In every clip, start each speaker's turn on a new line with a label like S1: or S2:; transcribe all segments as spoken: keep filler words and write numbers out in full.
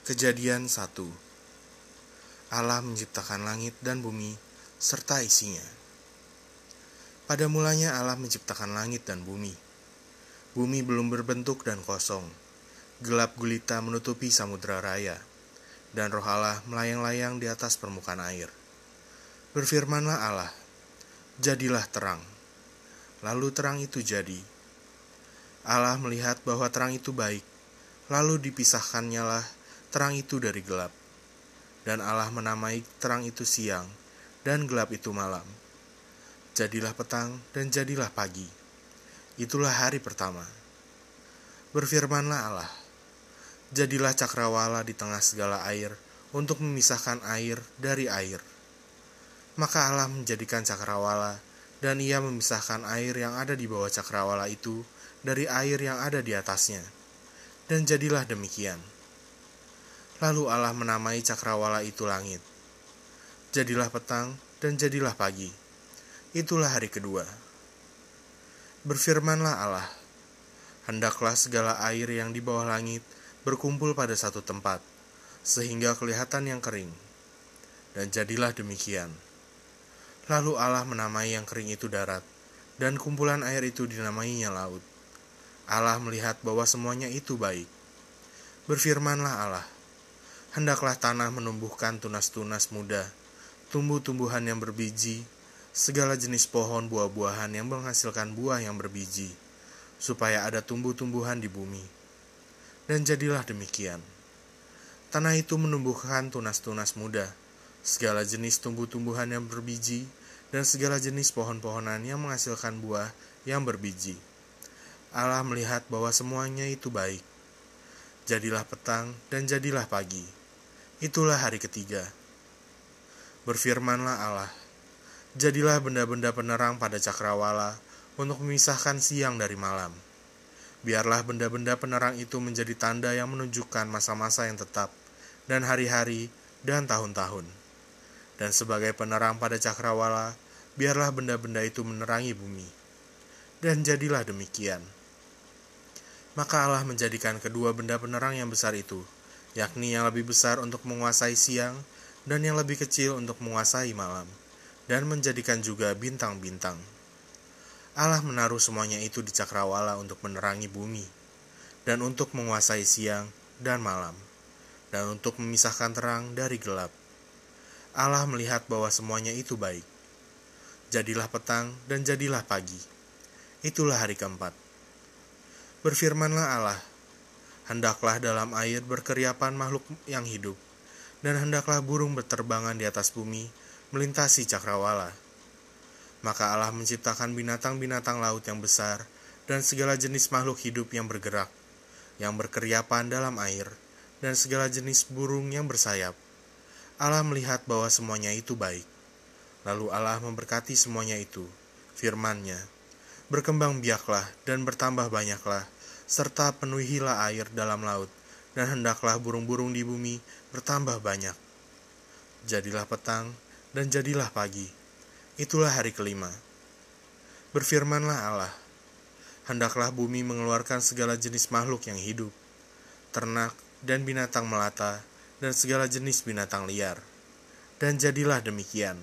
S1: Kejadian satu. Allah menciptakan langit dan bumi serta isinya. Pada mulanya Allah menciptakan langit dan bumi. Bumi belum berbentuk dan kosong. Gelap gulita menutupi samudera raya, dan roh Allah melayang-layang di atas permukaan air. Berfirmanlah Allah, jadilah terang. Lalu terang itu jadi. Allah melihat bahwa terang itu baik, lalu dipisahkannya lah terang itu dari gelap. Dan Allah menamai terang itu siang, dan gelap itu malam. Jadilah petang, dan jadilah pagi. Itulah hari pertama. Berfirmanlah Allah, jadilah cakrawala di tengah segala air, untuk memisahkan air dari air. Maka Allah menjadikan cakrawala, dan ia memisahkan air yang ada di bawah cakrawala itu dari air yang ada di atasnya. Dan jadilah demikian. Lalu Allah menamai cakrawala itu langit. Jadilah petang dan jadilah pagi. Itulah hari kedua. Berfirmanlah Allah, hendaklah segala air yang di bawah langit berkumpul pada satu tempat, sehingga kelihatan yang kering. Dan jadilah demikian. Lalu Allah menamai yang kering itu darat, dan kumpulan air itu dinamainya laut. Allah melihat bahwa semuanya itu baik. Berfirmanlah Allah, hendaklah tanah menumbuhkan tunas-tunas muda, tumbuh-tumbuhan yang berbiji, segala jenis pohon buah-buahan yang menghasilkan buah yang berbiji, supaya ada tumbuh-tumbuhan di bumi. Dan jadilah demikian. Tanah itu menumbuhkan tunas-tunas muda, segala jenis tumbuh-tumbuhan yang berbiji, dan segala jenis pohon-pohonan yang menghasilkan buah yang berbiji. Allah melihat bahwa semuanya itu baik. Jadilah petang dan jadilah pagi. Itulah hari ketiga. Berfirmanlah Allah, jadilah benda-benda penerang pada cakrawala untuk memisahkan siang dari malam. Biarlah benda-benda penerang itu menjadi tanda yang menunjukkan masa-masa yang tetap, dan hari-hari dan tahun-tahun. Dan sebagai penerang pada cakrawala, biarlah benda-benda itu menerangi bumi. Dan jadilah demikian. Maka Allah menjadikan kedua benda penerang yang besar itu, yakni yang lebih besar untuk menguasai siang, dan yang lebih kecil untuk menguasai malam, dan menjadikan juga bintang-bintang. Allah menaruh semuanya itu di cakrawala untuk menerangi bumi, dan untuk menguasai siang dan malam, dan untuk memisahkan terang dari gelap. Allah melihat bahwa semuanya itu baik. Jadilah petang dan jadilah pagi. Itulah hari keempat. Berfirmanlah Allah, hendaklah dalam air berkeriapan makhluk yang hidup, dan hendaklah burung berterbangan di atas bumi, melintasi cakrawala. Maka Allah menciptakan binatang-binatang laut yang besar, dan segala jenis makhluk hidup yang bergerak, yang berkeriapan dalam air, dan segala jenis burung yang bersayap. Allah melihat bahwa semuanya itu baik. Lalu Allah memberkati semuanya itu, firman-Nya, berkembang biaklah dan bertambah banyaklah, serta penuhilah air dalam laut, dan hendaklah burung-burung di bumi bertambah banyak. Jadilah petang dan jadilah pagi. Itulah hari kelima. Berfirmanlah Allah, hendaklah bumi mengeluarkan segala jenis makhluk yang hidup, ternak dan binatang melata, dan segala jenis binatang liar. Dan jadilah demikian.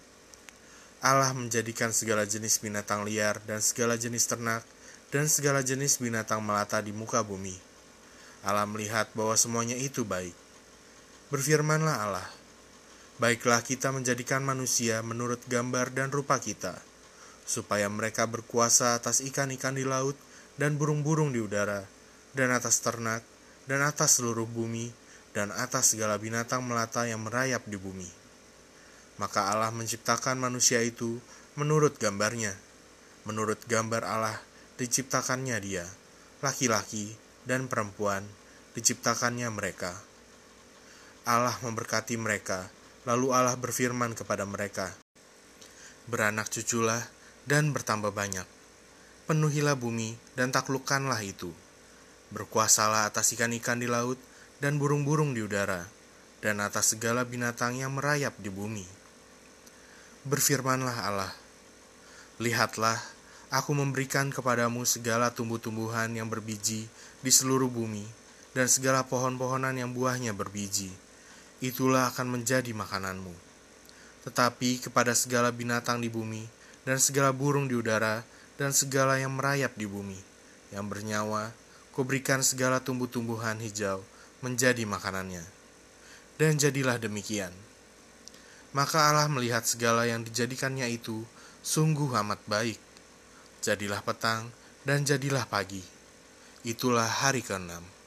S1: Allah menjadikan segala jenis binatang liar dan segala jenis ternak dan segala jenis binatang melata di muka bumi. Allah melihat bahwa semuanya itu baik. Berfirmanlah Allah, baiklah kita menjadikan manusia menurut gambar dan rupa kita, supaya mereka berkuasa atas ikan-ikan di laut dan burung-burung di udara, dan atas ternak, dan atas seluruh bumi, dan atas segala binatang melata yang merayap di bumi. Maka Allah menciptakan manusia itu menurut gambarnya. Menurut gambar Allah diciptakannya dia, laki-laki dan perempuan diciptakannya mereka. Allah memberkati mereka, lalu Allah berfirman kepada mereka, beranak cuculah dan bertambah banyak. Penuhilah bumi dan taklukkanlah itu. Berkuasalah atas ikan-ikan di laut dan burung-burung di udara, dan atas segala binatang yang merayap di bumi. Berfirmanlah Allah, lihatlah, aku memberikan kepadamu segala tumbuh-tumbuhan yang berbiji di seluruh bumi, dan segala pohon-pohonan yang buahnya berbiji. Itulah akan menjadi makananmu. Tetapi kepada segala binatang di bumi, dan segala burung di udara, dan segala yang merayap di bumi, yang bernyawa, kuberikan segala tumbuh-tumbuhan hijau menjadi makanannya. Dan jadilah demikian. Maka Allah melihat segala yang dijadikannya itu sungguh amat baik. Jadilah petang dan jadilah pagi. Itulah hari keenam.